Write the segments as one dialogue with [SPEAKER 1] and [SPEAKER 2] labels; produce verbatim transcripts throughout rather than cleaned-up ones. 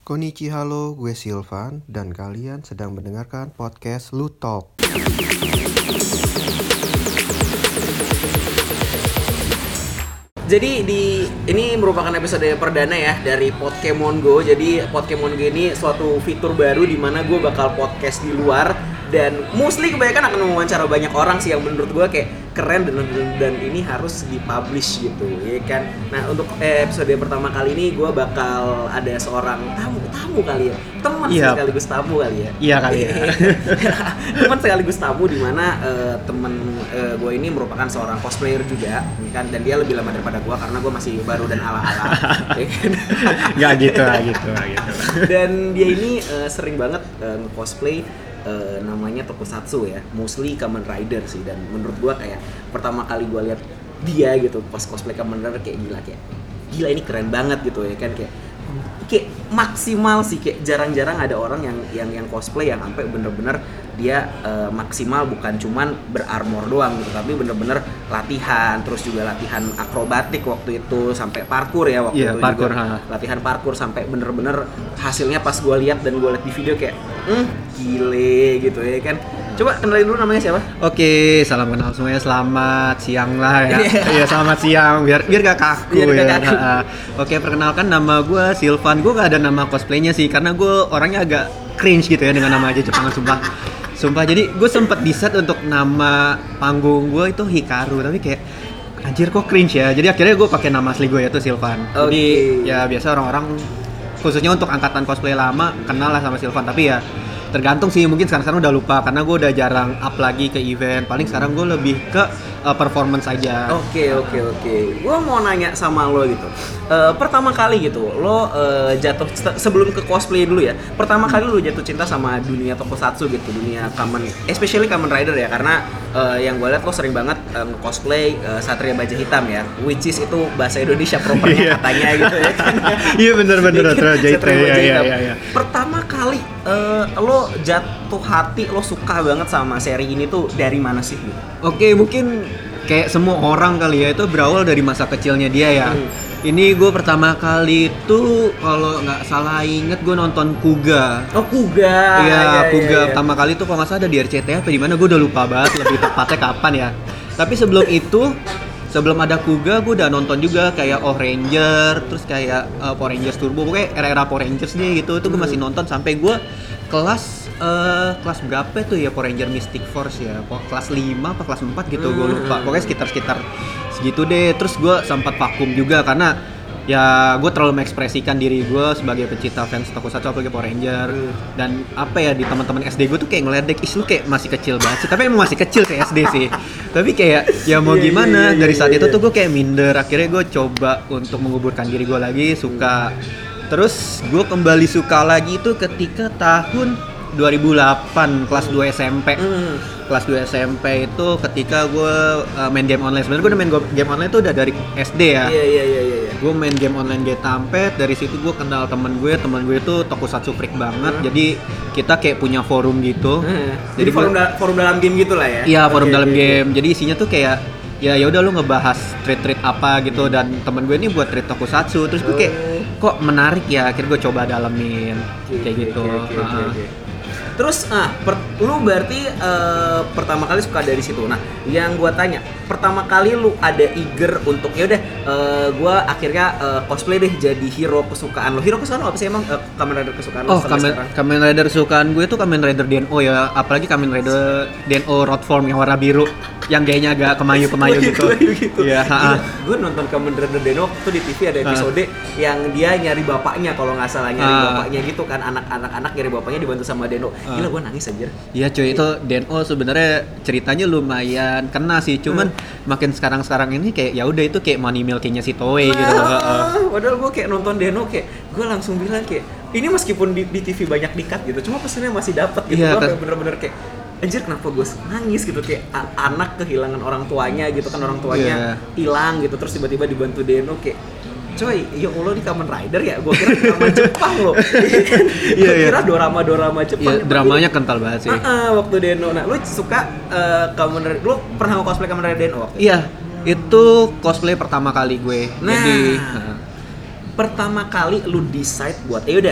[SPEAKER 1] Konnichi, halo, gue Silvan dan kalian sedang mendengarkan podcast Lutop.
[SPEAKER 2] Jadi di ini merupakan episode perdana ya dari Pokemon Go. Jadi Pokemon Go ini suatu fitur baru di mana gue bakal podcast di luar dan mostly kebanyakan akan mewawancara banyak orang sih yang menurut gue kayak keren dan, dan, dan ini harus dipublish gitu ya kan. Nah untuk episode pertama kali ini gue bakal ada seorang tamu tamu kali ya teman
[SPEAKER 3] iya.
[SPEAKER 2] sekaligus tamu kali ya.
[SPEAKER 3] Iya kali ya.
[SPEAKER 2] Teman sekaligus tamu di mana uh, temen uh, gue ini merupakan seorang cosplayer juga ya kan, dan dia lebih lama daripada gue karena gue masih baru dan ala-ala. Ya kan?
[SPEAKER 3] Gak gitu, gak gitu, gak gitu.
[SPEAKER 2] Dan dia ini uh, sering banget uh, cosplay. Uh, namanya Tokusatsu ya, mostly Kamen Rider sih, dan menurut gua kayak pertama kali gua lihat dia gitu pas cosplay Kamen Rider kayak gila kayak gila ini keren banget gitu ya kan, kayak kayak maksimal sih, kayak jarang-jarang ada orang yang yang yang cosplay yang sampai bener-bener dia uh, maksimal bukan cuman berarmor doang gitu, tapi bener-bener latihan, terus juga latihan akrobatik waktu itu sampai parkour ya waktu
[SPEAKER 3] yeah,
[SPEAKER 2] itu
[SPEAKER 3] parkour,
[SPEAKER 2] juga
[SPEAKER 3] ha.
[SPEAKER 2] latihan parkour sampai bener-bener hasilnya pas gua lihat dan gua lihat di video kayak hmm, gile gitu ya kan. Coba kenalin dulu namanya siapa?
[SPEAKER 3] Oke, salam kenal semuanya, selamat siang lah ya. Iya, selamat siang, biar biar gak kaku
[SPEAKER 2] biar
[SPEAKER 3] ya.
[SPEAKER 2] Gak kaku.
[SPEAKER 3] Oke, perkenalkan nama gue Silvan. Gue gak ada nama cosplaynya sih, karena gue orangnya agak cringe gitu ya dengan nama aja Jepangan, sumpah. Sumpah, jadi gue sempet di-set untuk nama panggung gue itu Hikaru, tapi kayak anjir kok cringe ya. Jadi akhirnya gue pakai nama asli gue yaitu Silvan.
[SPEAKER 2] Okay.
[SPEAKER 3] Jadi ya biasa orang-orang khususnya untuk angkatan cosplay lama kenal lah sama Silvan, tapi ya tergantung sih, mungkin sekarang-sekarang udah lupa karena gue udah jarang up lagi ke event. Paling sekarang gue lebih ke uh, performance aja.
[SPEAKER 2] Oke oke oke. Gue mau nanya sama lo gitu. Uh, pertama kali gitu, lo uh, jatuh sebelum ke cosplay dulu ya. Pertama kali lo jatuh cinta sama dunia tokusatsu gitu, dunia Kamen, especially Kamen Rider ya, karena uh, yang gue lihat lo sering banget uh, cosplay uh, Satria Baja Hitam ya, which is itu bahasa Indonesia propernya katanya gitu ya kan.
[SPEAKER 3] Iya benar-benar Satria Baja Hitam. Iya iya.
[SPEAKER 2] Pertama kali uh, lo jatuh hati, lo suka banget sama seri ini tuh dari mana sih gitu?
[SPEAKER 3] Oke, mungkin kayak semua orang kali ya, itu berawal dari masa kecilnya dia ya. Hmm. Ini gue pertama kali itu kalau nggak salah inget gue nonton Kuga.
[SPEAKER 2] Oh Kuga.
[SPEAKER 3] Iya
[SPEAKER 2] ya,
[SPEAKER 3] Kuga
[SPEAKER 2] ya, ya.
[SPEAKER 3] Pertama kali tuh kalau nggak salah ada di R C T I apa di mana, gue udah lupa banget lebih tepatnya kapan ya. Tapi sebelum itu, sebelum ada Kuga, gue udah nonton juga kayak Oh Ranger, terus kayak uh, Power Rangers Turbo, pokoknya era-era Power Rangers nih gitu. Itu gue masih nonton sampai gue kelas uh, kelas berapa tuh ya, Power Ranger Mystic Force ya, kelas lima apa kelas empat gitu, gue lupa. Pokoknya sekitar-sekitar segitu deh. Terus gue sempat vakum juga karena ya gue terlalu mengekspresikan diri gue sebagai pecinta fans tokusatsu apalagi Power Ranger. Dan apa ya, di teman-teman S D gue tuh kayak ngeledek, is lu kayak masih kecil banget sih. Tapi emang masih kecil kayak S D sih. Tapi kayak ya mau gimana, dari saat itu tuh gue kayak minder. Akhirnya gue coba untuk menguburkan diri gue lagi, suka. Terus gue kembali suka lagi itu ketika tahun dua ribu delapan, kelas dua S M P. Mm. Kelas dua S M P itu ketika gue uh, main game online. Sebenarnya gue udah main game online itu udah dari S D ya.
[SPEAKER 2] Iya iya iya iya.
[SPEAKER 3] Gue main game online Getampet, dari situ gue kenal temen gue. Temen gue itu tokusatsu freak banget. Mm. Jadi kita kayak punya forum gitu.
[SPEAKER 2] Mm. Jadi, Jadi forum da- forum dalam game gitu lah ya.
[SPEAKER 3] Iya, forum
[SPEAKER 2] okay,
[SPEAKER 3] dalam
[SPEAKER 2] okay,
[SPEAKER 3] game.
[SPEAKER 2] okay.
[SPEAKER 3] Jadi isinya tuh kayak ya ya udah lu ngebahas treat-treat apa gitu, dan temen gue ini buat treat tokusatsu. Terus gue kayak kok menarik ya, akhirnya gue coba dalamin okay, kayak gitu.
[SPEAKER 2] Okay, okay,
[SPEAKER 3] uh-huh.
[SPEAKER 2] okay, okay. Terus, ah, per, lu berarti uh, pertama kali suka dari situ. Nah, yang gua tanya, pertama kali lu ada eager untuk ya udah, uh, gua akhirnya uh, cosplay deh jadi hero kesukaan lo. Hero kesukaan lo apa sih emang? Uh, Kamen Rider kesukaan lo?
[SPEAKER 3] Oh, Kamen, Kamen Rider kesukaan gue tuh Kamen Rider D N O ya, apalagi Kamen Rider D N O Road Form yang warna biru, yang gayanya agak kemayu-kemayu gitu.
[SPEAKER 2] gitu.
[SPEAKER 3] Iya, heeh.
[SPEAKER 2] Gue nonton Kamen Rider D N O tuh di T V ada episode uh. yang dia nyari bapaknya kalau nggak salah, nyari uh. bapaknya gitu kan, anak-anak nyari bapaknya dibantu sama D N O. Gila, gue nangis aja.
[SPEAKER 3] Iya cuy, itu D N O sebenarnya ceritanya lumayan kena sih, cuman hmm. makin sekarang-sekarang ini kayak ya udah itu kayak money milking-nya si Toei nah, gitu. Uh.
[SPEAKER 2] Padahal gue kayak nonton D N O kayak gue langsung bilang kayak ini meskipun di, di T V banyak di-cut gitu, cuma pesannya masih dapat gitu.
[SPEAKER 3] Iya,
[SPEAKER 2] gue kayak bener-bener kayak anjir kenapa gue nangis gitu, kayak a- anak kehilangan orang tuanya gitu kan, orang tuanya hilang yeah. gitu, terus tiba-tiba dibantu D N O kayak coy, ya Allah di Kamen Rider ya, gue kira drama Jepang loh. Gue kira dorama-dorama Jepang.
[SPEAKER 3] Ya, dramanya kental banget sih.
[SPEAKER 2] Uh-uh, waktu D N O. Nah, lu suka uh, Kamen Rider, lu pernah cosplay Kamen Rider D N O waktu itu?
[SPEAKER 3] Iya, itu cosplay pertama kali gue.
[SPEAKER 2] Nah,
[SPEAKER 3] jadi uh,
[SPEAKER 2] pertama kali lu decide buat ya udah uh,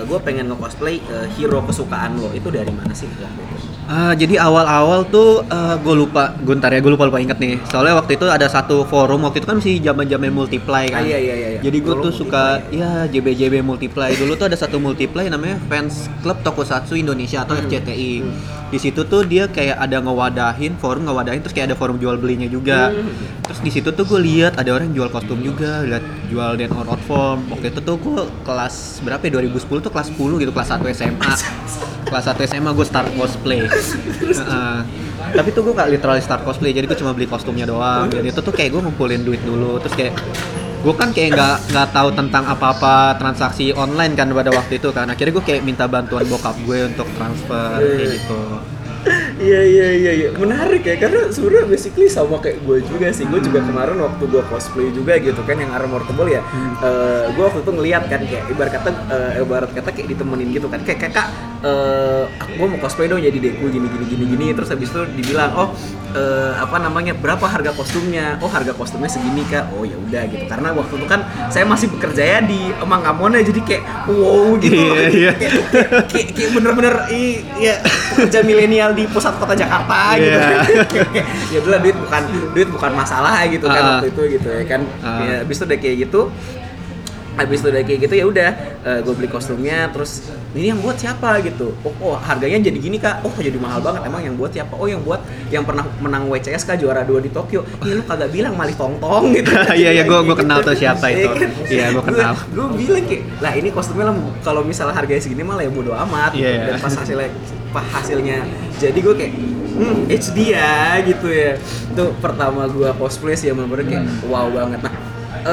[SPEAKER 2] gue pengen nge-cosplay uh, hero kesukaan lo, itu dari mana sih waktu itu?
[SPEAKER 3] Uh, jadi awal-awal tuh uh, gue lupa, gue ntar ya gue lupa lupa inget nih. Soalnya waktu itu ada satu forum, waktu itu kan masih zaman-zaman multiply kan.
[SPEAKER 2] Ah, iya, iya, iya.
[SPEAKER 3] Jadi gue
[SPEAKER 2] Dulu
[SPEAKER 3] tuh suka
[SPEAKER 2] multiply.
[SPEAKER 3] ya J B J B multiply. Dulu tuh ada satu multiply namanya Fans Club Tokusatsu Indonesia atau
[SPEAKER 2] Hmm.
[SPEAKER 3] F C T I.
[SPEAKER 2] Hmm.
[SPEAKER 3] Di situ tuh dia kayak ada ngewadahin, forum ngewadahin, terus kayak ada forum jual belinya juga.
[SPEAKER 2] Hmm.
[SPEAKER 3] Terus di situ tuh gue lihat ada orang yang jual kostum juga, lihat jual Den or Out Form. Waktu itu tuh gue kelas berapa ya, dua ribu sepuluh tuh kelas sepuluh gitu, kelas satu S M A. Kelas satu S M A gue start cosplay. Uh, tapi tuh gue gak literally start cosplay, jadi gue cuma beli kostumnya doang. Dan itu tuh kayak gue ngumpulin duit dulu, terus kayak gue kan kayak nggak nggak tahu tentang apa-apa transaksi online kan pada waktu itu kan. Akhirnya gue kayak minta bantuan bokap gue untuk transfer kayak gitu.
[SPEAKER 2] Iya iya iya iya, menarik ya, karena sebenarnya basically sama kayak gue juga sih. Gue juga kemarin waktu gue cosplay juga gitu kan, yang Armor Tebal ya. Hmm. Uh, gue waktu itu ngeliat kan kayak ibarat kata uh, ibarat kata kayak ditemenin gitu kan. Kayak kakak, uh, gue mau cosplay dong jadi Deku gini gini gini gini. Terus habis itu dibilang, oh uh, apa namanya, berapa harga kostumnya? Oh harga kostumnya segini kak. Oh ya udah gitu. Karena waktu itu kan saya masih bekerja ya di Mangamon ya, jadi kayak wow gitu.
[SPEAKER 3] Iya iya.
[SPEAKER 2] Kayak, kayak, kayak, kayak bener-bener i, ya pekerja milenial di pusat kota Jakarta gitu.
[SPEAKER 3] Yeah.
[SPEAKER 2] Ya udah, duit bukan duit bukan masalah gitu kan uh, waktu itu gitu ya kan. Uh. Ya habis itu udah kayak gitu. Habis itu udah kayak gitu ya udah uh, gue beli kostumnya, terus ini yang buat siapa gitu. Oh, oh harganya jadi gini kak. Oh jadi mahal banget. Emang yang buat siapa? Oh yang buat yang pernah menang W C S kak, juara dua di Tokyo. Iya lu kagak bilang Malih Tongtong gitu.
[SPEAKER 3] Iya iya, gue gue kenal tuh siapa itu. Iya gue kenal.
[SPEAKER 2] Gue bilang kayak lah ini kostumnya lah kalau misalnya harganya segini malah ya bodo amat.
[SPEAKER 3] Yeah.
[SPEAKER 2] Dan pas hasilnya pas hasilnya jadi gue kayak hmm H D ya gitu ya. Itu pertama gue cosplay sih yang bener-bener kayak wow banget. Nah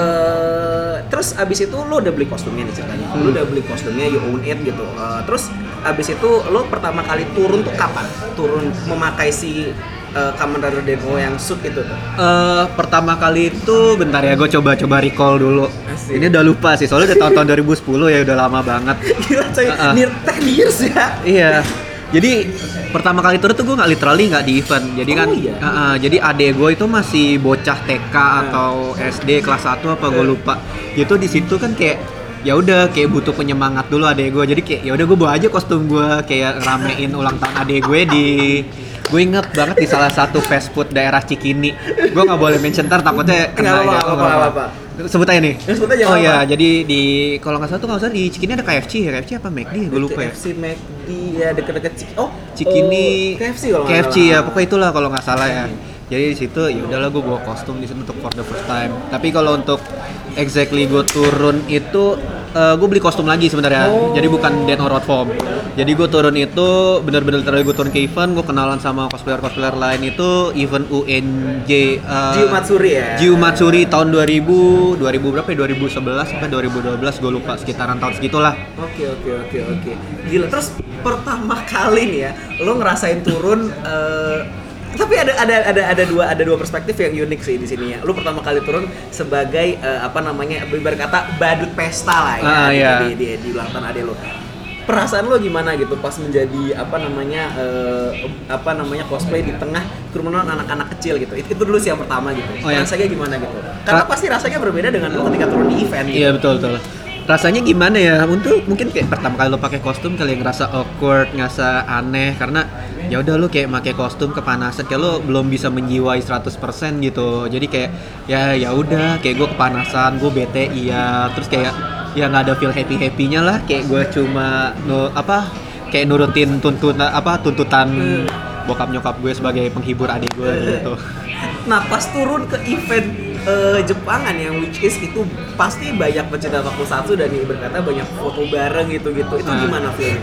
[SPEAKER 2] Uh, terus abis itu lo udah beli kostumnya nih ceritanya, hmm. lo udah beli kostumnya, you own it gitu. Uh, terus abis itu lo pertama kali turun tuh kapan? Turun memakai si uh, Kamen Rider Deno yang suit itu tuh?
[SPEAKER 3] Uh, pertama kali itu bentar ya, gue coba-coba recall dulu. Asik. Ini udah lupa sih, soalnya udah tahun-tahun dua ribu sepuluh ya, udah lama banget.
[SPEAKER 2] Gila coy, uh-uh. near ten years ya.
[SPEAKER 3] Iya. Jadi pertama kali turun tuh gue nggak literally nggak di event, jadi kan,
[SPEAKER 2] oh, iya?
[SPEAKER 3] uh, uh, jadi adek gue itu masih bocah T K atau S D kelas satu apa gue lupa, gitu di situ kan kayak ya udah kayak butuh penyemangat dulu adek gue, jadi kayak ya udah gue bawa aja kostum gue kayak ramein ulang tahun adek gue di, gue inget banget di salah satu fast food daerah Cikini, gue nggak boleh mention ntar takutnya kena
[SPEAKER 2] ya. Apa apa apa.
[SPEAKER 3] Sebut aja nih.
[SPEAKER 2] Ya, sebut aja
[SPEAKER 3] oh iya,
[SPEAKER 2] apa.
[SPEAKER 3] jadi di kalau nggak salah tuh kalau salah di Cikini ada K F C, K F C apa McD, gue lupa ya.
[SPEAKER 2] K F C, McD ya deket-deket Cik. Oh,
[SPEAKER 3] Cikini.
[SPEAKER 2] Uh, K F C kalau
[SPEAKER 3] K F C ya, pokoknya itulah kalau nggak salah ya. Jadi di situ ya udahlah gue bawa kostum di situ untuk for the first time. Tapi kalau untuk exactly gue turun itu uh, gue beli kostum lagi sebenarnya. Oh. Jadi bukan Den or Out Form. Jadi gue turun itu bener-bener literally gue turun ke event, gue kenalan sama cosplayer-cosplayer lain itu event U N J uh,
[SPEAKER 2] Jiu Matsuri ya.
[SPEAKER 3] Jiu Matsuri tahun dua ribu, dua ribu berapa ya? dua ribu sebelas sampai dua ribu dua belas gue lupa, sekitaran tahun segitulah.
[SPEAKER 2] Oke oke oke oke. Gila, terus pertama kali nih ya lo ngerasain turun uh, tapi ada ada ada ada dua ada dua perspektif yang unik sih di sini ya. Lu pertama kali turun sebagai uh, apa namanya, ibarat kata badut pesta lah ya,
[SPEAKER 3] ah,
[SPEAKER 2] di,
[SPEAKER 3] iya.
[SPEAKER 2] di, di, di ulang tahun ade lu. Perasaan lo gimana gitu pas menjadi apa namanya uh, apa namanya cosplay di tengah kerumunan anak-anak kecil gitu. Itu, itu dulu sih yang pertama gitu.
[SPEAKER 3] Oh, ya?
[SPEAKER 2] Rasanya gimana gitu? Karena
[SPEAKER 3] Ra-
[SPEAKER 2] pasti rasanya berbeda dengan lo ketika turun di event gitu.
[SPEAKER 3] Iya betul betul. Rasanya gimana ya? Untuk mungkin kayak pertama kali lo pakai kostum kali yang ngerasa awkward, ngerasa aneh karena ya udah lo kayak pakai kostum kepanasan, kayak lo belum bisa menjiwai seratus persen gitu. Jadi kayak ya ya udah kayak gue kepanasan, gue bete iya, terus kayak ya nggak ada feel happy happynya lah, kayak gue cuma no, apa kayak nurutin tuntutan apa tuntutan hmm. bokap nyokap gue sebagai penghibur adik gue gitu.
[SPEAKER 2] Nah pas turun ke event Uh, Jepangan yang which is itu pasti banyak pecinta tokusatsu dan berkata banyak foto bareng gitu-gitu. Itu
[SPEAKER 3] nah.
[SPEAKER 2] gimana feelnya?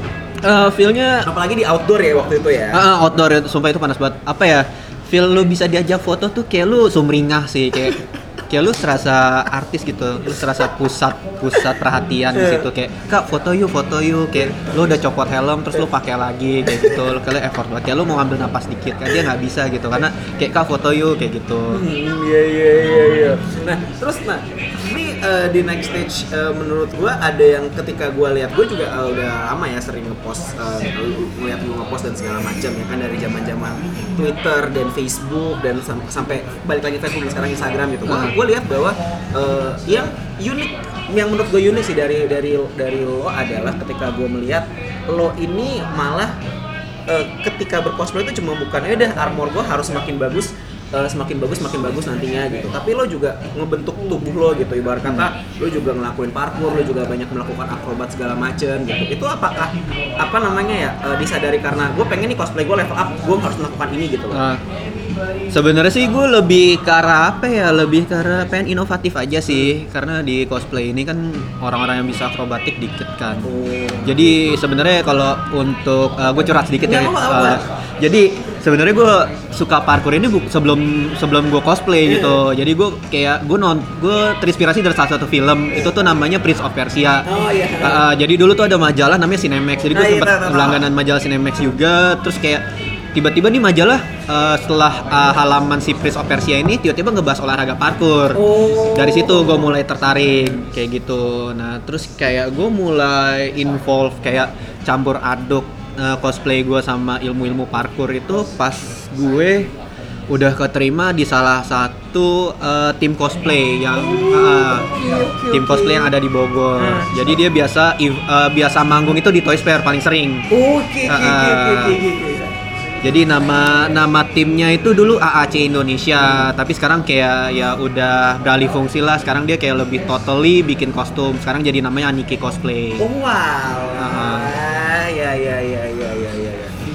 [SPEAKER 3] Uh, feelnya
[SPEAKER 2] apalagi di outdoor ya waktu itu ya.
[SPEAKER 3] Uh, outdoor ya, sumpah itu panas banget. Apa ya? Feel lu bisa diajak foto tuh kayak lu sumringah sih, kayak kayak lu serasa artis gitu, lu serasa pusat pusat perhatian di situ, kayak kak foto yuk foto yuk, kayak lu udah copot helm terus lu pakai lagi kayak gitu, lu kalian effort banget, kayak lu mau ngambil napas dikit kan dia nggak bisa gitu karena kayak kak foto yuk kayak gitu.
[SPEAKER 2] Hmm, iya iya iya iya. Nah terus nah ini uh, di next stage uh, menurut gua ada yang ketika gua lihat, gua juga uh, udah lama ya sering ngepost uh, ngeliat lu ngepost dan segala macam ya kan, dari zaman-zaman Twitter dan Facebook dan sam- sampai balik lagi Facebook dan sekarang Instagram gitu. Gua, gua lihat bahwa uh, yang unik yang menurut gue unik sih dari dari dari lo adalah ketika gue melihat lo ini malah uh, ketika bercosplay itu cuma bukan ya udah armor gue harus semakin bagus. Uh, semakin bagus semakin bagus nantinya gitu, tapi lo juga ngebentuk tubuh lo gitu, ibarat kata lo juga ngelakuin parkour, lo juga banyak melakukan akrobat segala macem gitu. Itu apakah apa namanya ya uh, disadari karena gue pengen nih cosplay gue level up, gue harus melakukan ini gitu loh. Uh,
[SPEAKER 3] sebenarnya sih gue lebih ke arah apa ya, lebih ke arah pengen inovatif aja sih, karena di cosplay ini kan orang-orang yang bisa akrobatik dikit kan. Oh. Jadi sebenarnya kalau untuk uh, gue curhat sedikit ya. Uh, jadi sebenarnya gue suka parkour ini bu- sebelum sebelum gue cosplay yeah. gitu. Jadi gue kayak gue non gue terinspirasi dari salah satu film itu tuh namanya Prince of Persia. Oh iya. Yeah. Uh, jadi dulu tuh ada majalah namanya Cinemax. Jadi gue oh, sempat yeah, langganan majalah Cinemax juga. Terus kayak tiba-tiba nih majalah uh, setelah uh, halaman si Prince of Persia ini tiba-tiba ngebahas olahraga parkour. Oh. Dari situ gue mulai tertarik kayak gitu. Nah terus kayak gue mulai involve kayak campur aduk uh, cosplay gue sama ilmu-ilmu parkour itu pas gue udah keterima di salah satu uh, tim cosplay yang uh, tim cosplay yang ada di Bogor. Uh. Jadi dia biasa uh, biasa manggung itu di Toys Fair paling sering. Oke. Jadi nama nama timnya itu dulu A A C Indonesia, tapi sekarang kayak ya udah beralih fungsi lah. Sekarang dia kayak lebih totally bikin kostum. Sekarang jadi namanya Aniki Cosplay.
[SPEAKER 2] Oh wow. Uh-huh. Ya ya ya ya ya ya.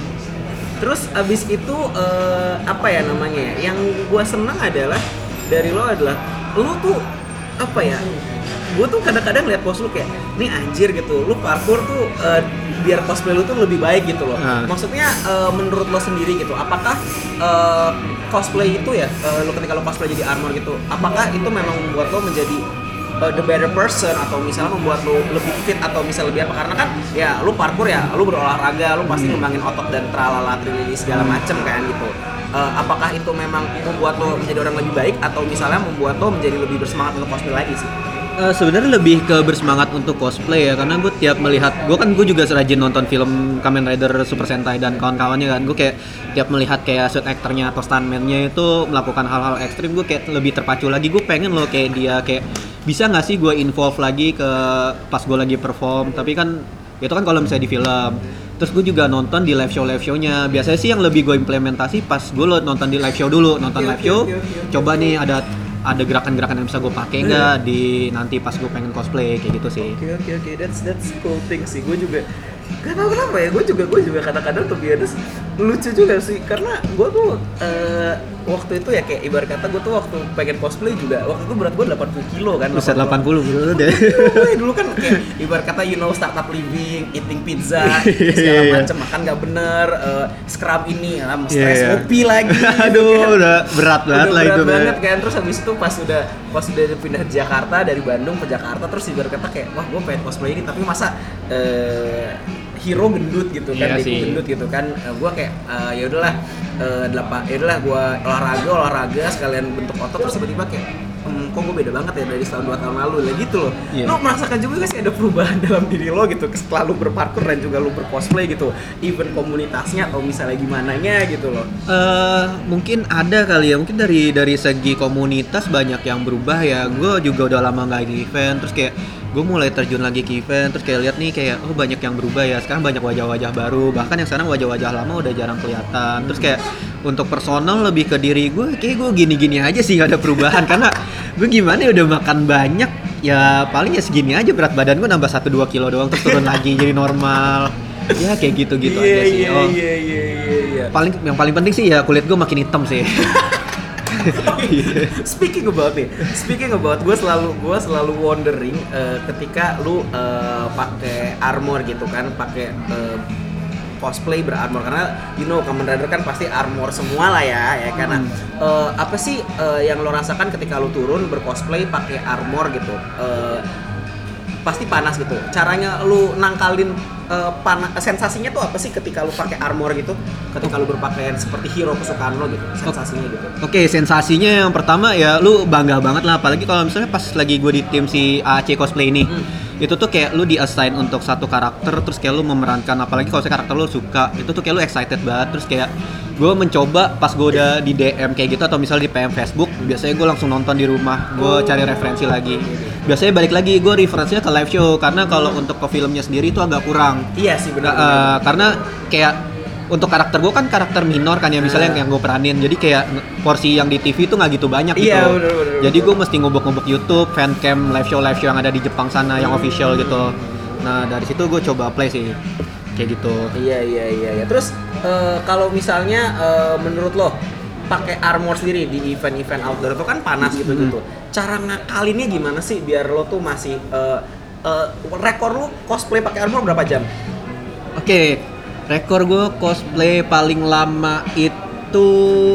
[SPEAKER 2] Terus abis itu uh, apa ya namanya ya? Yang gue senang adalah dari lo adalah lo tuh apa ya? Gue tuh kadang-kadang lihat pos lu kayak, nih anjir gitu, lu parkour tuh uh, biar cosplay lu tuh lebih baik gitu loh. Nah. Maksudnya uh, menurut lo sendiri gitu, apakah uh, cosplay itu ya, uh, lo ketika lo cosplay jadi armor gitu, apakah itu memang membuat lo menjadi uh, the better person atau misalnya membuat lo lebih fit atau misalnya lebih apa? Karena kan ya lu parkour ya, lu berolahraga, lu pasti ngembangin otot dan tralala trilili segala macem kan gitu. Uh, apakah itu memang membuat lo menjadi orang lebih baik atau misalnya membuat lo menjadi lebih bersemangat untuk cosplay lagi sih?
[SPEAKER 3] Uh, sebenarnya lebih ke bersemangat untuk cosplay ya, karena gue tiap melihat, gue kan gue juga serajin nonton film Kamen Rider Super Sentai dan kawan-kawannya kan, gue kayak tiap melihat kayak suit actornya atau stuntman-nya itu melakukan hal-hal ekstrim, gue kayak lebih terpacu lagi, gue pengen loh kayak dia, kayak bisa nggak sih gue involve lagi ke pas gue lagi perform, tapi kan itu kan kalau misalnya di film. Terus gue juga nonton di live show live show-nya. Biasanya sih yang lebih gue implementasi pas gue nonton di live show dulu, nonton live show, coba nih ada ada gerakan-gerakan yang bisa gue pakai nggak hmm. di nanti pas gue pengen cosplay kayak gitu sih.
[SPEAKER 2] Oke okay, oke okay, oke, okay. that's that's cool thing sih. Gue juga gak tau kenapa ya, gue juga gue juga kadang-kadang tuh biasa lucu juga sih, karena gue tuh uh, waktu itu ya kayak ibarat kata gue tuh waktu pengen cosplay juga, waktu itu berat gue delapan puluh kilo kan.
[SPEAKER 3] Bisa delapan puluh dulu deh.
[SPEAKER 2] Dulu kan kayak ibarat kata you know startup living, eating pizza, segala macam, makan nggak bener, uh, scrub ini, lah stres yeah, kopi yeah. lagi.
[SPEAKER 3] Aduh, kan. Udah berat banget
[SPEAKER 2] udah
[SPEAKER 3] lah
[SPEAKER 2] berat
[SPEAKER 3] itu.
[SPEAKER 2] Berat banget kan, terus habis itu pas udah pas udah pindah ke Jakarta dari Bandung ke Jakarta, terus ibarat kata kayak wah gue pengen cosplay ini, tapi masa uh, hero gendut gitu kan,
[SPEAKER 3] iya
[SPEAKER 2] Deku gendut gitu kan, uh, gue kayak uh, ya udahlah uh, delapan, ya udahlah gue olahraga olahraga sekalian bentuk otot, terus tiba-tiba kayak hmm, kok gue beda banget ya dari setahun dua tahun lalu lah gitu loh. Yeah. Lo merasakan juga gak sih ada perubahan dalam diri lo gitu setelah lo berparkour dan juga lo bercosplay gitu, even komunitasnya atau misalnya gimana nya gitu loh?
[SPEAKER 3] Uh, mungkin ada kali ya, mungkin dari dari segi komunitas banyak yang berubah ya. Gue juga udah lama nggak di event, terus kayak gue mulai terjun lagi ke event, terus kayak lihat nih kayak oh banyak yang berubah ya, sekarang banyak wajah-wajah baru, bahkan yang sekarang wajah-wajah lama udah jarang kelihatan. Terus kayak untuk personal lebih ke diri gue, kayak gue gini-gini aja sih, nggak ada perubahan karena gue gimana ya udah makan banyak ya, paling ya segini aja, berat badan gue nambah satu dua kilo doang terus turun lagi jadi normal ya, kayak gitu-gitu
[SPEAKER 2] yeah,
[SPEAKER 3] aja sih.
[SPEAKER 2] Yeah, oh yeah, yeah, yeah, yeah.
[SPEAKER 3] Paling yang paling penting sih ya kulit gue makin hitam sih.
[SPEAKER 2] Speaking about nih, speaking about gue selalu gue selalu wondering uh, ketika lu uh, pakai armor gitu kan, pakai uh, cosplay berarmor, karena you know Kamen Rider kan pasti armor semua lah ya, ya karena hmm. uh, apa sih uh, yang lo rasakan ketika lu turun bercosplay pakai armor gitu? Uh, pasti panas gitu. Caranya lu nangkalin uh, panas, sensasinya tuh apa sih ketika lu pakai armor gitu? Ketika lu berpakaian seperti hero kesukaan lo gitu, sensasinya gitu.
[SPEAKER 3] Oke, okay, sensasinya yang pertama ya lu bangga banget lah, apalagi kalau misalnya pas lagi gue di tim si A A C Cosplay ini. Hmm. itu tuh kayak lu di-assign untuk satu karakter, terus kayak lu memerankan, apalagi kalau saya karakter lu suka, itu tuh kayak lu excited banget. Terus kayak gue mencoba pas gue udah di D M kayak gitu atau misalnya di P M Facebook, biasanya gue langsung nonton di rumah, gue cari referensi lagi. Biasanya balik lagi gue referensinya ke live show, karena kalau untuk ke filmnya sendiri itu agak kurang.
[SPEAKER 2] Iya sih benar.
[SPEAKER 3] Uh, karena kayak untuk karakter gue kan karakter minor kan ya, misalnya yang, yang gue peranin, jadi kayak porsi yang di T V itu nggak gitu banyak gitu.
[SPEAKER 2] Iya, bener, bener,
[SPEAKER 3] jadi gue mesti ngubek-ngubek YouTube, fancam, live show live show yang ada di Jepang sana, yang official gitu. Nah dari situ gue coba play sih, kayak gitu.
[SPEAKER 2] Iya iya iya. iya. Terus uh, kalau misalnya uh, menurut lo pakai armor sendiri di event-event outdoor itu kan panas gitu gitu. Mm-hmm. Cara ngakalinnya gimana sih biar lo tuh masih uh, uh, rekor lo cosplay pakai armor berapa jam?
[SPEAKER 3] Oke. Okay. Rekor gue cosplay paling lama itu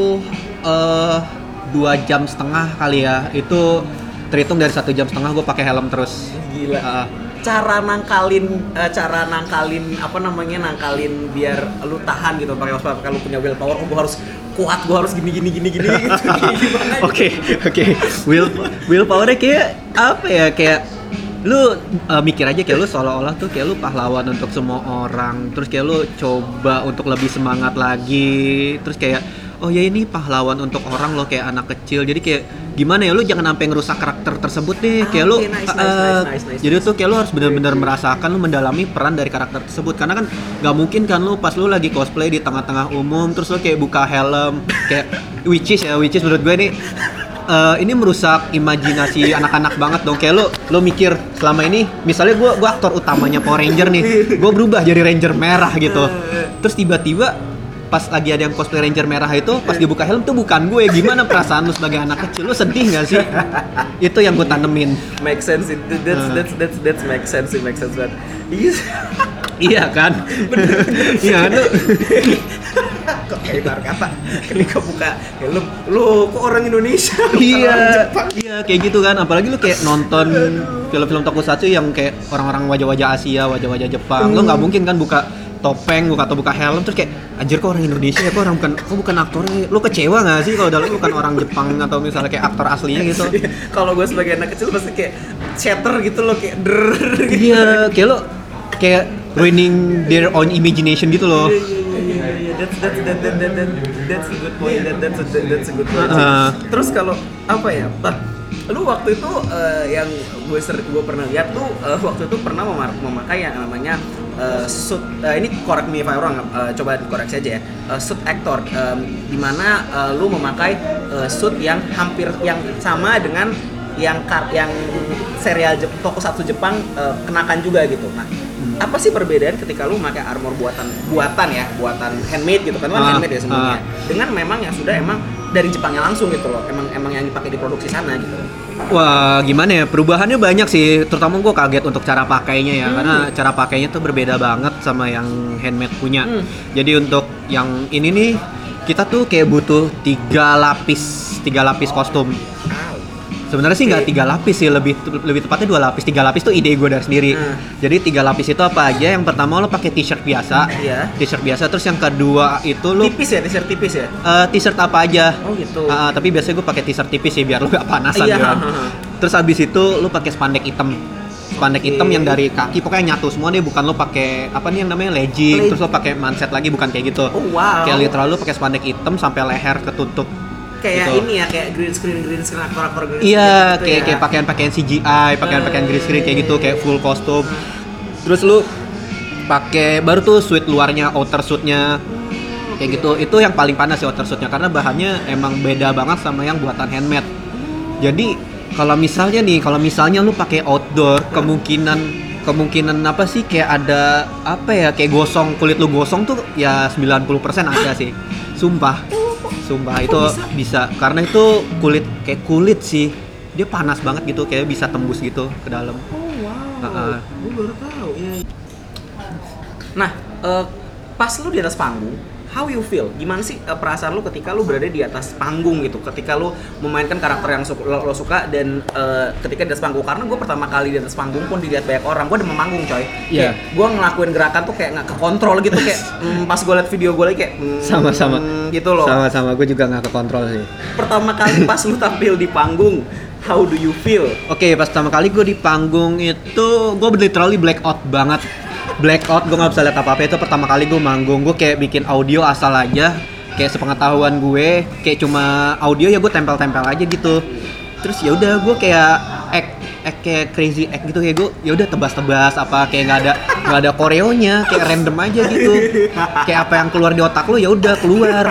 [SPEAKER 3] uh, dua jam setengah kali ya. Itu terhitung dari satu jam setengah gue pakai helm terus.
[SPEAKER 2] Gila. Uh, cara nangkalin, uh, cara nangkalin apa namanya nangkalin biar lu tahan gitu pakai cosplay. Kalau punya willpower, oh gue harus kuat, gue harus gini gini gini gini gitu. Gimana? Oke
[SPEAKER 3] Oke oke. Will willpowernya kayak apa ya, kayak lu uh, mikir aja kayak lu seolah-olah tuh kayak lu pahlawan untuk semua orang, terus kayak lu coba untuk lebih semangat lagi, terus kayak oh ya ini pahlawan untuk orang lo kayak anak kecil, jadi kayak gimana ya lu jangan sampai ngerusak karakter tersebut deh. Ah, kayak okay, lu nice, uh, nice, nice, nice, nice, jadi nice. Tuh kayak lu harus benar-benar merasakan, lu mendalami peran dari karakter tersebut, karena kan nggak mungkin kan lu pas lu lagi cosplay di tengah-tengah umum terus lu kayak buka helm kayak which is ya which is menurut gue nih Uh, ini merusak imajinasi anak-anak banget dong. Kayak lo lo mikir selama ini misalnya gue gue aktor utamanya Power Ranger nih, gue berubah jadi Ranger merah gitu, terus tiba-tiba pas lagi ada yang cosplay Ranger merah itu pas dibuka helm tuh bukan gue, gimana perasaan lu sebagai anak kecil? Lu sedih nggak sih? Itu yang gue tanemin.
[SPEAKER 2] Make sense it. That's that's that's that's make sense it make sense banget.
[SPEAKER 3] Iya kan? Iya lu.
[SPEAKER 2] Kok kayak ibarat kata ketika buka helm, lu kok orang Indonesia?
[SPEAKER 3] Iya.
[SPEAKER 2] Orang Jepang.
[SPEAKER 3] Iya kayak gitu kan. Apalagi lu kayak nonton film-film tokusatsu yang kayak orang-orang wajah-wajah Asia, wajah-wajah Jepang. Hmm. Lu nggak mungkin kan buka topeng, buka atau buka helm terus kayak anjir kok orang Indonesia ya, kok orang bukan kok bukan aktornya. Lu kecewa enggak sih kalau udah lu bukan orang Jepang atau misalnya kayak aktor aslinya gitu.
[SPEAKER 2] Kalau gue sebagai anak kecil pasti kayak shatter gitu loh, kayak der gitu.
[SPEAKER 3] Iya, kayak lu kayak ruining their own imagination gitu loh.
[SPEAKER 2] Iya iya iya, that's that's that, that, that, that, that's a good point. That, that's a, that's a good point.
[SPEAKER 3] Uh,
[SPEAKER 2] Terus kalau apa ya? Bah, lu waktu itu uh, yang gue ser- gue pernah lihat tuh uh, waktu itu pernah memar- memakai yang namanya uh, suit uh, ini correct me if I'm wrong, uh, coba dikoreksi aja ya, uh, suit actor, um, dimana uh, lu memakai uh, suit yang hampir yang sama dengan yang kar- yang serial Jep- tokusatsu Jepang uh, kenakan juga gitu. Nah, hmm. apa sih perbedaan ketika lu memakai armor buatan buatan ya, buatan handmade gitu kan, kan uh, handmade ya semuanya, uh. dengan memang yang sudah emang dari Jepangnya langsung gitu loh, emang emang yang dipakai di produksi sana gitu.
[SPEAKER 3] Wah gimana ya, perubahannya banyak sih, terutama gue kaget untuk cara pakainya ya, hmm. karena cara pakainya tuh berbeda banget sama yang handmade punya. Hmm. Jadi untuk yang ini nih kita tuh kayak butuh tiga lapis, tiga lapis kostum. Sebenarnya sih nggak tiga lapis sih, lebih lebih tepatnya dua lapis. Tiga lapis tuh ide gue dari sendiri. Hmm. Jadi tiga lapis itu apa aja? Yang pertama lo pakai t-shirt biasa,
[SPEAKER 2] iya.
[SPEAKER 3] t-shirt biasa. Terus yang kedua itu lo
[SPEAKER 2] tipis ya, t-shirt tipis ya?
[SPEAKER 3] Uh, t-shirt apa aja?
[SPEAKER 2] Oh gitu.
[SPEAKER 3] Uh, tapi biasanya gue pakai t-shirt tipis sih biar lo gak panasan
[SPEAKER 2] iya.
[SPEAKER 3] kan. Terus abis itu lo pakai spandek hitam. Spandek hitam yang dari kaki pokoknya nyatu semua deh, bukan lo pakai apa nih yang namanya legging, Le- terus lo pakai manset lagi, bukan kayak gitu.
[SPEAKER 2] Oh wow.
[SPEAKER 3] Kayak literal lo pakai spandek hitam sampai leher ketutup.
[SPEAKER 2] Kayak
[SPEAKER 3] gitu.
[SPEAKER 2] ini ya, kayak green screen green screen aktor-aktor green
[SPEAKER 3] screen. Iya,
[SPEAKER 2] gitu
[SPEAKER 3] kayak
[SPEAKER 2] ya.
[SPEAKER 3] kayak pakaian-pakaian C G I, pakaian-pakaian green screen kayak gitu, kayak full kostum. Terus lu pakai baru tuh suit luarnya, outer suitnya kayak gitu. Itu yang paling panas sih outer suitnya, karena bahannya emang beda banget sama yang buatan handmade. Jadi kalau misalnya nih, kalau misalnya lu pakai outdoor, kemungkinan kemungkinan apa sih kayak ada apa ya, kayak gosong, kulit lu gosong tuh ya sembilan puluh persen ada sih. Sumpah. Sumpah itu bisa? bisa karena itu kulit kayak kulit sih, dia panas banget gitu, kayak bisa tembus gitu ke dalam.
[SPEAKER 2] Oh wow,
[SPEAKER 3] uh-uh.
[SPEAKER 2] gue baru tahu ya. Nah, uh, pas lu di atas panggung, how you feel? Gimana sih uh, perasaan lu ketika lu berada di atas panggung gitu? Ketika lu memainkan karakter yang su- lo, lo suka dan uh, ketika di atas panggung, karena gue pertama kali di atas panggung pun dilihat banyak orang, gue udah memanggung coy.
[SPEAKER 3] Iya. Yeah.
[SPEAKER 2] Gue ngelakuin gerakan tuh kayak nggak kekontrol gitu, kayak mm, pas gue liat video gue lagi kayak mm,
[SPEAKER 3] sama-sama
[SPEAKER 2] mm, gitu loh.
[SPEAKER 3] Sama-sama gue juga nggak kekontrol sih.
[SPEAKER 2] Pertama kali pas lu tampil di panggung, how do you feel?
[SPEAKER 3] Oke, pas pertama kali gue di panggung itu gue literally black out banget. Black out, gue nggak bisa lihat apa-apa. Itu pertama kali gue manggung, gue kayak bikin audio asal aja, kayak sepengetahuan gue, kayak cuma audio ya gue tempel-tempel aja gitu. Terus ya udah gue kayak act, act kayak crazy act gitu, kayak gue ya udah tebas-tebas apa, kayak nggak ada nggak ada koreonya, kayak random aja gitu. Kayak apa yang keluar di otak lo ya udah keluar.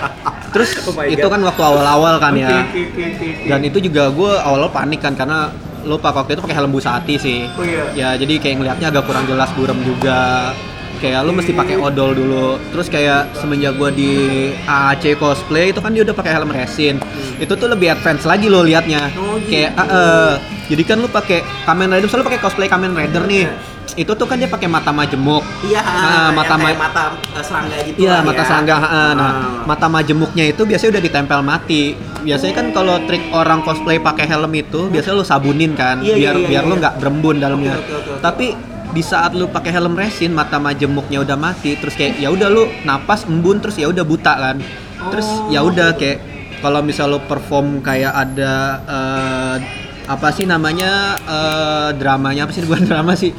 [SPEAKER 3] Terus
[SPEAKER 2] Oh my
[SPEAKER 3] itu
[SPEAKER 2] God.
[SPEAKER 3] kan waktu awal-awal kan ya.
[SPEAKER 2] Oke, oke, oke, oke.
[SPEAKER 3] Dan itu juga gue awal-awal panik kan karena lo pak waktu itu pakai helm Busati sih.
[SPEAKER 2] Oh iya.
[SPEAKER 3] Ya jadi kayak ngelihatnya agak kurang jelas, buram juga. Kayak lo mesti pakai odol dulu. Terus kayak semenjak gue di A A C cosplay itu kan dia udah pakai helm resin.
[SPEAKER 2] Hmm.
[SPEAKER 3] Itu tuh lebih advance lagi lo liatnya.
[SPEAKER 2] Oh,
[SPEAKER 3] Kayak
[SPEAKER 2] gitu.
[SPEAKER 3] uh, uh, jadi kan lo pakai Kamen Rider, misalnya lo pakai cosplay Kamen Rider nih. Itu tuh kan dia pakai mata majemuk.
[SPEAKER 2] Iya,
[SPEAKER 3] Nah, mata
[SPEAKER 2] mata
[SPEAKER 3] ma-
[SPEAKER 2] mata uh, serangga gitu
[SPEAKER 3] Iya,
[SPEAKER 2] lah
[SPEAKER 3] mata
[SPEAKER 2] ya.
[SPEAKER 3] serangga. ha, Nah,
[SPEAKER 2] Ah.
[SPEAKER 3] mata majemuknya itu biasanya udah ditempel mati. Biasanya kan kalau trik orang cosplay pakai helm itu biasanya lu sabunin kan,
[SPEAKER 2] Iya,
[SPEAKER 3] biar
[SPEAKER 2] iya, iya,
[SPEAKER 3] biar lu
[SPEAKER 2] iya.
[SPEAKER 3] nggak berembun dalamnya.
[SPEAKER 2] Oke, oke, oke, oke.
[SPEAKER 3] Tapi di saat lu pakai helm resin, mata majemuknya udah mati, terus kayak ya udah lu napas embun, terus ya udah buta kan. Terus
[SPEAKER 2] Oh.
[SPEAKER 3] ya udah kayak kalau misal lu perform kayak ada eh, apa sih namanya eh, dramanya apa sih, bukan drama sih,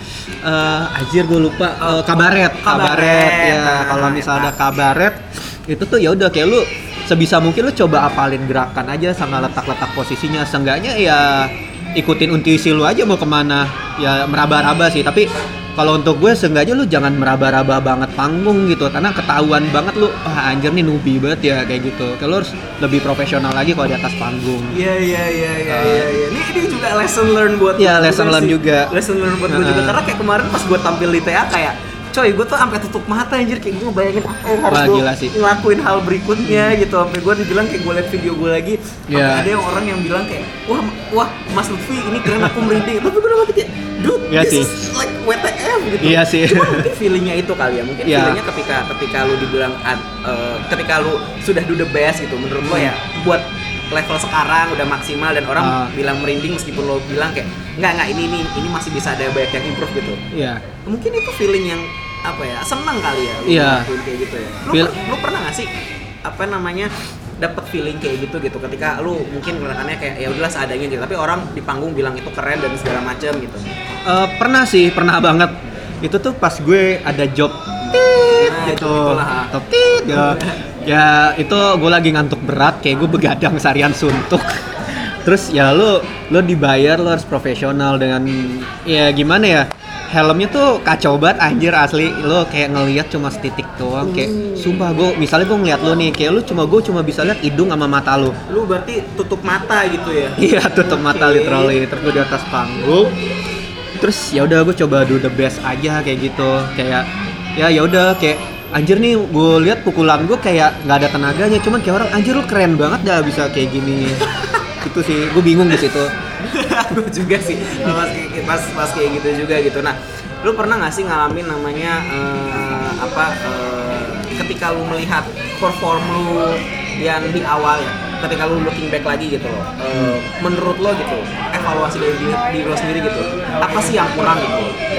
[SPEAKER 3] eh anjir gue lupa, eh, kabaret
[SPEAKER 2] Kabaret.
[SPEAKER 3] kabaret ya.
[SPEAKER 2] Nah,
[SPEAKER 3] Kalau misal ada
[SPEAKER 2] enak.
[SPEAKER 3] kabaret itu tuh ya udah kayak lu sebisa mungkin lu coba apalin gerakan aja sama letak-letak posisinya, seenggaknya ya ikutin intuisi lu aja mau kemana, ya meraba-raba sih. Tapi kalau untuk gue seenggaknya lu jangan meraba-raba banget panggung gitu, karena ketahuan banget lu, wah anjir nih newbie banget ya kayak gitu. Kalau harus lebih profesional lagi kalau di atas panggung.
[SPEAKER 2] Iya iya iya iya
[SPEAKER 3] Uh,
[SPEAKER 2] iya. iya. Ini ini juga lesson learn buat
[SPEAKER 3] Iya,
[SPEAKER 2] gua
[SPEAKER 3] lesson learn
[SPEAKER 2] sih.
[SPEAKER 3] juga.
[SPEAKER 2] Lesson learn buat gue juga
[SPEAKER 3] Uh.
[SPEAKER 2] karena kayak kemarin pas gue tampil di T A kayak coy, gue tuh sampai tutup mata anjir, kayak gue bayangin apa yang harus
[SPEAKER 3] Wah,
[SPEAKER 2] gue
[SPEAKER 3] gila sih.
[SPEAKER 2] ngelakuin hal berikutnya gitu. Sampai gue dibilang kayak gue liat video gue lagi, sampai
[SPEAKER 3] Iya.
[SPEAKER 2] ada yang orang yang bilang kayak wah wah Mas Lutfi ini keren, aku merinding. Tapi gue udah mati kayak dude,
[SPEAKER 3] Iya
[SPEAKER 2] this
[SPEAKER 3] sih.
[SPEAKER 2] is like W T F gitu.
[SPEAKER 3] Iya sih.
[SPEAKER 2] Cuma mungkin feelingnya itu kali ya, mungkin
[SPEAKER 3] Iya.
[SPEAKER 2] feelingnya ketika ketika lu dibilang ad- eh, ketika lu sudah do the best gitu, menurut lo ya buat level sekarang udah maksimal dan orang
[SPEAKER 3] Ah.
[SPEAKER 2] bilang merinding meskipun lo bilang kayak enggak enggak ini ini ini masih bisa ada banyak yang improve gitu.
[SPEAKER 3] Iya.
[SPEAKER 2] Mungkin itu feeling yang apa ya, senang kali ya lu
[SPEAKER 3] Iya.
[SPEAKER 2] ngelakuin kayak gitu ya. Lu,
[SPEAKER 3] Feel-
[SPEAKER 2] per- lu pernah nggak sih apa namanya dapat feeling kayak gitu gitu ketika lu mungkin gerakannya kayak ya udahlah seadanya gitu, tapi orang di panggung bilang itu keren dan segala macam gitu.
[SPEAKER 3] Eh, pernah sih, pernah banget. Itu tuh pas gue ada job tit
[SPEAKER 2] Nah,
[SPEAKER 3] gitu,
[SPEAKER 2] itu itulah.
[SPEAKER 3] Top tit ya. Ya itu gue lagi ngantuk berat, kayak gue begadang seharian suntuk. Terus ya lu lu dibayar, lu harus profesional dengan ya gimana ya, helmnya tuh kacau banget anjir asli. Lu kayak ngelihat cuma setitik doang, kayak sumpah gue misalnya gue ngeliat lu nih, kayak lu cuma gue cuma bisa lihat hidung sama mata lu.
[SPEAKER 2] Lu berarti tutup mata gitu ya.
[SPEAKER 3] Iya, tutup mata
[SPEAKER 2] Oke.
[SPEAKER 3] literally. Terus gue di atas panggung. Terus ya udah gue coba do the best aja kayak gitu. Kayak ya ya udah kayak anjir nih, gue lihat pukulan gue kayak nggak ada tenaganya, cuman kayak orang anjir lu keren banget dah bisa kayak gini. Itu sih, gue bingung di situ.
[SPEAKER 2] Gue juga sih pas, pas pas kayak gitu juga gitu. Nah, lu pernah nggak sih ngalamin namanya eh, apa eh, ketika lu melihat perform lu yang di awal ya, ketika lu looking back lagi gitu loh, eh, menurut lo gitu evaluasi dari diri, diri lo sendiri gitu, apa sih yang kurang gitu?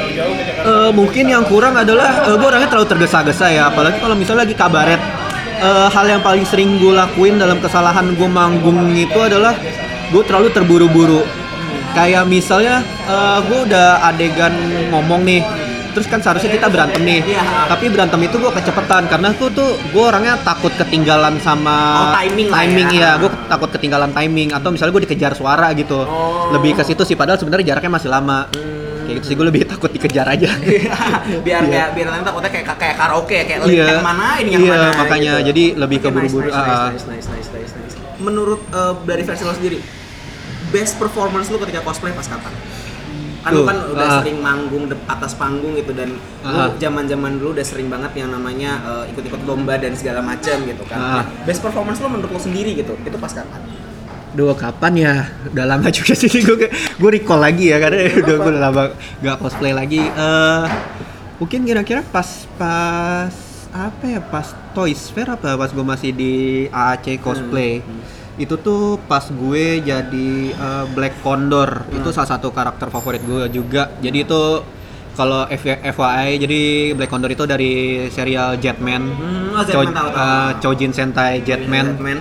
[SPEAKER 3] Eh, mungkin yang kurang adalah gue orangnya terlalu tergesa-gesa ya, apalagi kalau misalnya lagi kabaret. Eh, hal yang paling sering gue lakuin dalam kesalahan gue manggung itu adalah gue terlalu terburu-buru. Kayak misalnya uh, gue udah adegan ngomong nih, terus kan seharusnya kita berantem nih,
[SPEAKER 2] Iya.
[SPEAKER 3] tapi berantem itu gue kecepatan karena gue tuh gue orangnya takut ketinggalan sama
[SPEAKER 2] Oh, timing lah
[SPEAKER 3] timing
[SPEAKER 2] ya.
[SPEAKER 3] ya, gue takut ketinggalan timing atau misalnya gue dikejar suara gitu,
[SPEAKER 2] Oh.
[SPEAKER 3] lebih ke situ sih, padahal sebenarnya jaraknya masih lama. Kayak gitu sih, gue lebih takut dikejar aja.
[SPEAKER 2] biar
[SPEAKER 3] Iya.
[SPEAKER 2] kayak biar nanti takutnya kayak kayak karaoke kayak
[SPEAKER 3] Iya.
[SPEAKER 2] yang mana ini yang
[SPEAKER 3] Iya,
[SPEAKER 2] mana
[SPEAKER 3] makanya
[SPEAKER 2] gitu.
[SPEAKER 3] jadi lebih
[SPEAKER 2] Oke,
[SPEAKER 3] keburu-buru.
[SPEAKER 2] nice, nice,
[SPEAKER 3] Ah.
[SPEAKER 2] nice, nice, nice, nice, nice. Menurut eh, dari versi lo sendiri, best performance lu ketika cosplay pas kapan? Kan lu
[SPEAKER 3] Tuh,
[SPEAKER 2] kan udah
[SPEAKER 3] ah.
[SPEAKER 2] sering manggung de- atas panggung gitu, dan lu
[SPEAKER 3] Ah.
[SPEAKER 2] zaman-zaman dulu udah sering banget yang namanya eh, ikut-ikut lomba dan segala macam gitu kan.
[SPEAKER 3] Ah.
[SPEAKER 2] Nah, best performance lu menurut lu sendiri gitu, itu pas kapan?
[SPEAKER 3] Duh, kapan ya? Udah lama juga sih gue gue recall lagi ya, karena udah gue udah lama gak cosplay lagi. Eh mungkin kira-kira pas pas apa ya, pas Toys Fair apa pas gue masih di A A C cosplay. Itu tuh pas gue jadi eh, Black Condor. Itu salah satu karakter favorit gue juga. Jadi itu kalau F Y I, jadi Black Condor itu dari serial Jetman.
[SPEAKER 2] Hmm, oh, Jetman,
[SPEAKER 3] Chou-
[SPEAKER 2] tahu, tahu.
[SPEAKER 3] eh, Choujin Sentai Jetman.
[SPEAKER 2] Jetman.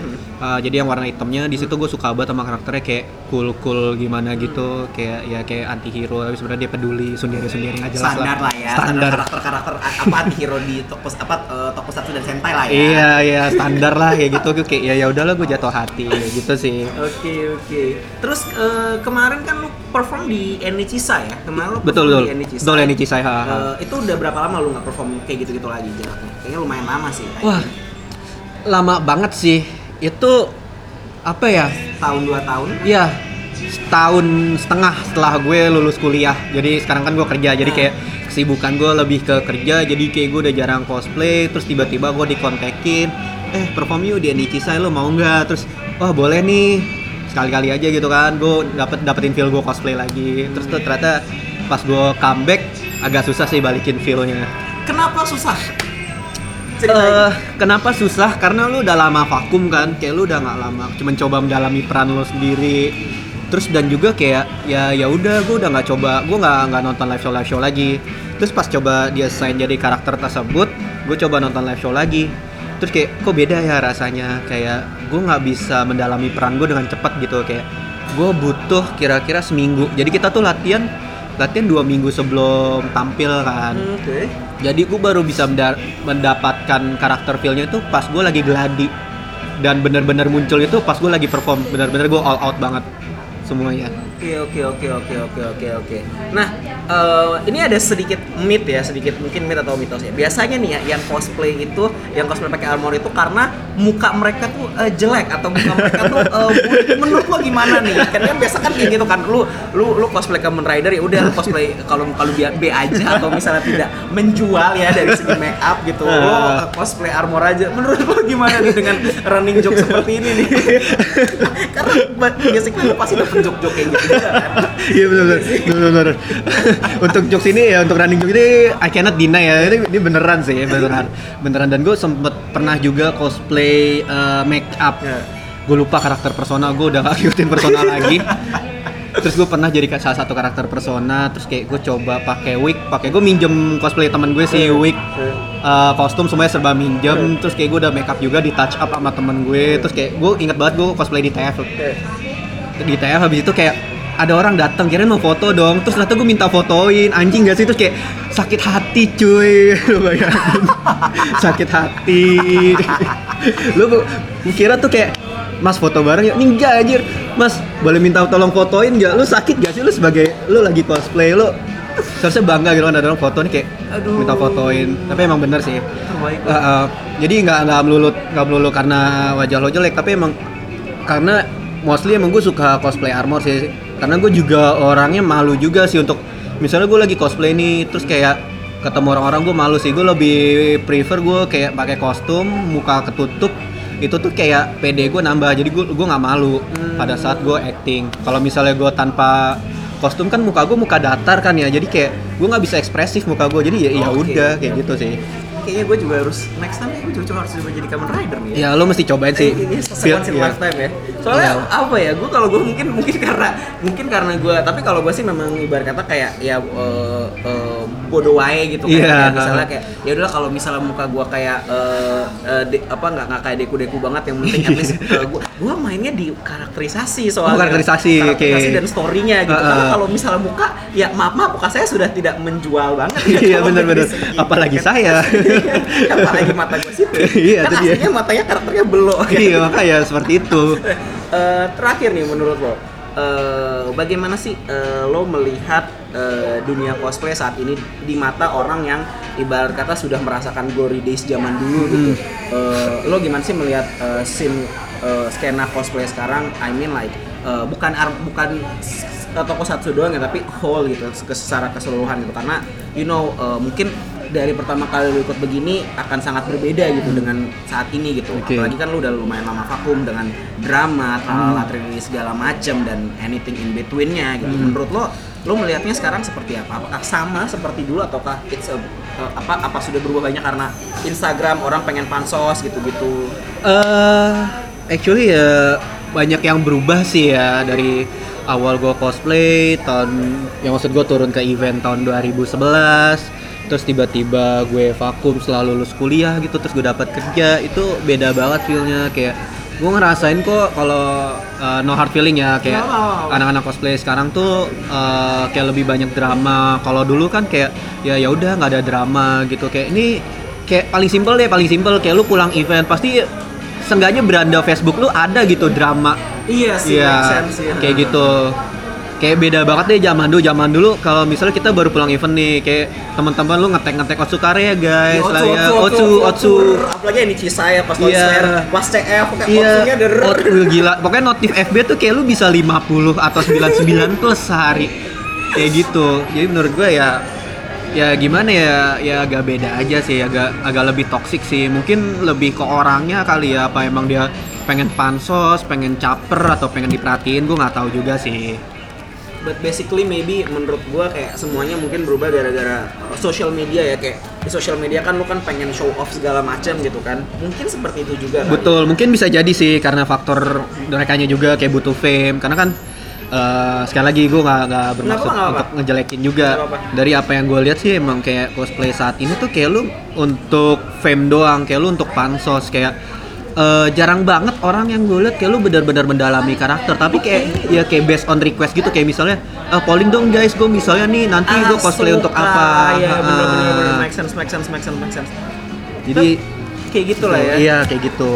[SPEAKER 3] Uh, jadi yang warna hitamnya di situ gue suka banget sama karakternya kayak cool cool gimana gitu, kayak ya kayak anti hero tapi sebenarnya dia peduli sundere-sundere nggak jelas
[SPEAKER 2] standar
[SPEAKER 3] lah.
[SPEAKER 2] lah ya,
[SPEAKER 3] Standar.
[SPEAKER 2] karakter karakter apa anti hero di toko apa uh, tokusatsu dan sentai lah ya.
[SPEAKER 3] Iya iya standar lah kayak gitu, gue kayak ya ya udahlah gue jatuh hati gitu sih.
[SPEAKER 2] Oke oke. Terus uh, kemarin kan lu perform di Enichisa ya? Kemarin lu
[SPEAKER 3] Betul betul.
[SPEAKER 2] di Enichisa.
[SPEAKER 3] Betul Enichisa.
[SPEAKER 2] Uh, itu udah berapa lama lu nggak perform kayak gitu-gitu lagi jaraknya? Kayaknya lumayan lama sih.
[SPEAKER 3] Wah lama banget sih. Itu apa ya?
[SPEAKER 2] Tahun dua tahun?
[SPEAKER 3] Iya, setahun setengah setelah gue lulus kuliah. Jadi sekarang kan gue kerja, jadi kayak kesibukan gue lebih ke kerja. Jadi kayak gue udah jarang cosplay. Terus tiba-tiba gue dikontekin, eh perform yuk di Enichisa, lo mau nggak? Terus wah boleh nih, sekali-kali aja gitu kan. Gue dapet dapetin feel gue cosplay lagi. Terus tuh ternyata pas gue comeback agak susah sih balikin feel-nya.
[SPEAKER 2] Kenapa susah?
[SPEAKER 3] Uh, kenapa susah? Karena lu udah lama vakum kan, kayak lu udah nggak lama, cuma coba mendalami peran lu sendiri. Terus dan juga kayak ya ya udah, gue udah nggak coba, gue nggak nggak nonton live show live show lagi. Terus pas coba dia sign jadi karakter tersebut, gue coba nonton live show lagi. Terus kayak kok beda ya rasanya, kayak gue nggak bisa mendalami peran gue dengan cepat gitu, kayak gue butuh kira-kira seminggu. Jadi kita tuh latihan latihan dua minggu sebelum tampil kan.
[SPEAKER 2] Oke. Okay.
[SPEAKER 3] Jadi gue baru bisa menda- mendapatkan karakter feel-nya itu pas gue lagi gladi. Dan benar-benar muncul itu pas gue lagi perform. Benar-benar gue all out banget semuanya.
[SPEAKER 2] Oke oke oke oke oke oke oke. Nah uh, ini ada sedikit myth ya, sedikit mungkin myth atau mitos ya. Biasanya nih ya yang cosplay itu, yang cosplay pakai armor itu karena muka mereka tuh uh, jelek atau muka mereka tuh uh, menurut lo gimana nih? Karena kan biasa kan kayak gitu kan, lu lu lu cosplay Kamen Rider ya udah lu cosplay kalau kalau biar B aja atau misalnya tidak menjual ya dari segi make up gitu. Lo cosplay armor aja. Menurut lo gimana nih dengan running joke seperti ini nih? Karena biasanya lu pasti dapet joke-joke kayak gitu.
[SPEAKER 3] Iya benar benar. Untuk jokes ini ya, untuk running joke ini I cannot deny ya, ini, ini beneran sih, beneran beneran. Dan gue sempet pernah juga cosplay uh, make up. Yeah. Gue lupa karakter persona, gue udah gak ngikutin persona lagi. Terus gue pernah jadi salah satu karakter persona, terus kayak gue coba pakai wig, pakai gue minjem cosplay teman gue sih wig, uh, kostum semuanya serba minjem. Terus kayak gue udah make up juga, di touch up sama temen gue. Terus kayak gue inget banget gue cosplay di T F. Di T F habis itu kayak ada orang datang kirain mau foto dong, terus ternyata gue minta fotoin, anjing gak sih? Terus kayak sakit hati cuy, lu bayangin. Sakit hati. Lu kira tuh kayak mas foto bareng ya? Enggak anjir, mas boleh minta tolong fotoin gak? Lu sakit gak sih lu sebagai lu lagi cosplay, lu seharusnya bangga gitu kan ada orang foto nih kayak aduh, minta fotoin. Tapi emang bener sih. Uh, uh, jadi nggak nggak melulu nggak melulu karena wajah lo jelek, tapi emang karena mostly emang gue suka cosplay armor sih. Karena gue juga orangnya malu juga sih untuk misalnya gue lagi cosplay nih terus kayak ketemu orang-orang, gue malu sih. Gue lebih prefer gue kayak pakai kostum, muka ketutup, itu tuh kayak P D gue nambah. Jadi gue gue nggak malu hmm. pada saat gue acting. Kalau misalnya gue tanpa kostum kan muka gue muka datar kan ya, jadi kayak gue nggak bisa ekspresif muka gue. Jadi ya ya udah okay, kayak okay. gitu sih.
[SPEAKER 2] Kayaknya gue juga harus next time gue juga harus coba jadi Kamen Rider nih ya.
[SPEAKER 3] Ya lo mesti cobain sih.
[SPEAKER 2] Ini once in lifetime ya. Soalnya yeah. apa ya? Gue kalau gue mungkin mungkin karena mungkin karena gue, tapi kalau gue sih memang ibarat kata kayak ya uh, uh, bodoh wae gitu kayak,
[SPEAKER 3] yeah.
[SPEAKER 2] kayak misalnya kayak ya udahlah kalau misalnya muka gue kayak uh, uh, de, apa nggak nggak kayak deku-deku banget, yang penting at least uh, gue gue mainnya di karakterisasi soalnya.
[SPEAKER 3] Oh, karakterisasi,
[SPEAKER 2] karakterisasi
[SPEAKER 3] okay.
[SPEAKER 2] dan story-nya gitu. Uh, uh. Karena kalau misalnya muka ya maaf maaf muka saya sudah tidak menjual banget.
[SPEAKER 3] Iya benar-benar. Apalagi saya.
[SPEAKER 2] Apalagi mata gue situ.
[SPEAKER 3] Iya,
[SPEAKER 2] kan aslinya matanya karakternya belok.
[SPEAKER 3] Iya, makanya seperti itu.
[SPEAKER 2] uh, terakhir nih menurut lo, uh, bagaimana sih uh, lo melihat uh, dunia cosplay saat ini di mata orang yang ibarat kata sudah merasakan glory days zaman dulu gitu. Hmm. Uh, lo gimana sih melihat uh, scene uh, skena cosplay sekarang? I mean like uh, bukan ar- bukan tokusatsu doang ya, tapi whole gitu, secara keseluruhan gitu. Karena you know uh, mungkin dari pertama kali lu ikut begini akan sangat berbeda gitu hmm. dengan saat ini gitu. Okay. Apalagi kan lu udah lumayan lama vakum dengan drama, tralala, hmm. segala macam dan anything in between-nya gitu. Hmm. Menurut lo, lo melihatnya sekarang seperti apa? Apakah sama seperti dulu ataukah it's a, uh, apa apa sudah berubah banyak karena Instagram orang pengen pansos gitu-gitu?
[SPEAKER 3] Uh, actually ya banyak yang berubah sih ya dari awal gue cosplay tahun yang maksud gue turun ke event tahun dua ribu sebelas. Terus tiba-tiba gue vakum setelah lulus kuliah gitu, terus gue dapat kerja, itu beda banget feel-nya. Kayak Gue ngerasain kok kalau uh, no hard feeling ya kayak
[SPEAKER 2] Nggak, nggak, nggak.
[SPEAKER 3] anak-anak cosplay sekarang tuh uh, kayak lebih banyak drama. Kalau dulu kan kayak ya ya udah nggak ada drama gitu. Kayak ini kayak paling simpel deh, paling simpel kayak lu pulang event pasti seenggaknya beranda Facebook lu ada gitu drama.
[SPEAKER 2] Iya sih,
[SPEAKER 3] Iya,
[SPEAKER 2] make sense sih.
[SPEAKER 3] kayak gitu. Kayak beda banget deh zaman dulu. Zaman dulu kalau misalnya kita baru pulang event nih, kayak teman-teman lu ngetek-ngetek Otsukare ya guys, lah ya. Otsu, Otsu.
[SPEAKER 2] Apalagi yang Nichi saya pas
[SPEAKER 3] Iya.
[SPEAKER 2] Otsukare, pas C F kayak
[SPEAKER 3] Iya,
[SPEAKER 2] Otsunya der.
[SPEAKER 3] Otsu gila. Pokoknya notif F B tuh kayak lu bisa lima puluh atau sembilan puluh sembilan plus sehari. Kayak gitu. Jadi menurut gue ya ya gimana ya, ya agak beda aja sih, agak agak lebih toksik sih. Mungkin lebih ke orangnya kali ya, apa emang dia pengen pansos, pengen caper atau pengen diperhatiin, gue nggak tahu juga sih.
[SPEAKER 2] But basically maybe menurut gua kayak semuanya mungkin berubah gara-gara uh, social media ya, kayak di social media kan lu kan pengen show off segala macam gitu kan. Mungkin seperti itu juga kali.
[SPEAKER 3] Betul, mungkin bisa jadi sih karena faktor merekanya juga kayak butuh fame. Karena kan uh, sekali lagi gue nggak nggak bermaksud
[SPEAKER 2] Nggak apa-apa.
[SPEAKER 3] untuk ngejelekin juga.
[SPEAKER 2] Nggak apa-apa.
[SPEAKER 3] Dari apa yang gue lihat sih emang kayak cosplay saat ini tuh kayak lu untuk fame doang, kayak lu untuk pansos kayak. Uh, jarang banget orang yang gue liat kayak lu benar-benar mendalami karakter, tapi kayak ya kayak based on request gitu, kayak misalnya uh, polling dong guys, gue misalnya nih nanti gue cosplay
[SPEAKER 2] Ah,
[SPEAKER 3] untuk
[SPEAKER 2] suka.
[SPEAKER 3] apa.
[SPEAKER 2] Iya,
[SPEAKER 3] Ah.
[SPEAKER 2] bener-bener make sense, make sense, make sense, make sense.
[SPEAKER 3] Jadi
[SPEAKER 2] Kayak gitu lah ya.
[SPEAKER 3] Iya kayak gitu.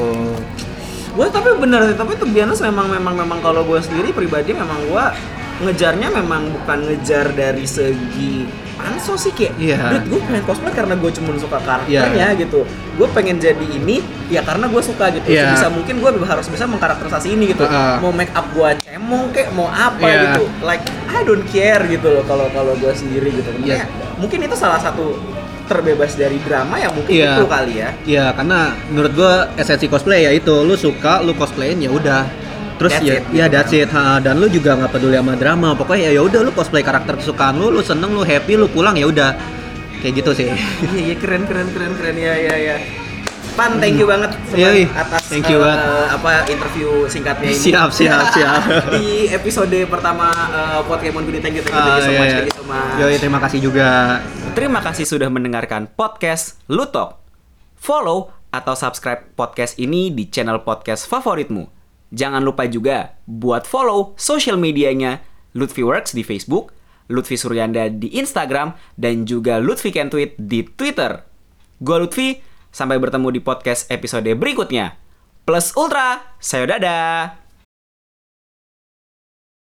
[SPEAKER 2] Gue tapi bener sih, tapi tuh biasa memang memang memang kalau gue sendiri pribadi memang gue ngejarnya memang bukan ngejar dari segi pansos sih, kayak
[SPEAKER 3] Iya.
[SPEAKER 2] dude gue pengen cosplay karena gue cuma suka karakternya gitu, gue pengen jadi ini ya karena gue suka gitu.
[SPEAKER 3] Iya.
[SPEAKER 2] Sebisa mungkin gue harus bisa mengkarakterisasi ini gitu.
[SPEAKER 3] Uh-uh.
[SPEAKER 2] Mau make up gue cemong kayak mau apa
[SPEAKER 3] Iya.
[SPEAKER 2] gitu, like I don't care gitu loh kalau kalau gue sendiri gitu.
[SPEAKER 3] Iya.
[SPEAKER 2] Makanya mungkin itu salah satu terbebas dari drama ya, mungkin
[SPEAKER 3] Iya.
[SPEAKER 2] itu kali ya.
[SPEAKER 3] Iya, karena menurut gua esensi cosplay ya itu lu suka, lu cosplayin ya udah. Terus
[SPEAKER 2] That's
[SPEAKER 3] ya,
[SPEAKER 2] it,
[SPEAKER 3] ya
[SPEAKER 2] gitu
[SPEAKER 3] that's it. Ha, dan lu juga nggak peduli sama drama. Pokoknya ya ya udah lu cosplay karakter kesukaan lu, lu seneng, lu happy, lu pulang ya udah. Kayak gitu sih.
[SPEAKER 2] Iya, iya keren keren keren keren ya ya ya. Pan, thank you banget Seman,
[SPEAKER 3] Yoi,
[SPEAKER 2] atas
[SPEAKER 3] thank you
[SPEAKER 2] eh,
[SPEAKER 3] banget.
[SPEAKER 2] apa interview singkatnya ini.
[SPEAKER 3] Siap, siap, siap.
[SPEAKER 2] Di episode pertama uh, Pokemon Goody, thank you thank you, thank you so
[SPEAKER 3] Ah, iya,
[SPEAKER 2] much,
[SPEAKER 3] iya.
[SPEAKER 2] thank you so much.
[SPEAKER 3] Yoi, terima kasih juga.
[SPEAKER 2] Terima kasih sudah mendengarkan podcast Lutok. Follow atau subscribe podcast ini di channel podcast favoritmu. Jangan lupa juga buat follow social medianya Lutfi Works di Facebook, Lutfi Suryanda di Instagram, dan juga Lutfi Can Tweet di Twitter. Gua Lutfi, sampai bertemu di podcast episode berikutnya. Plus Ultra, sayo dadah!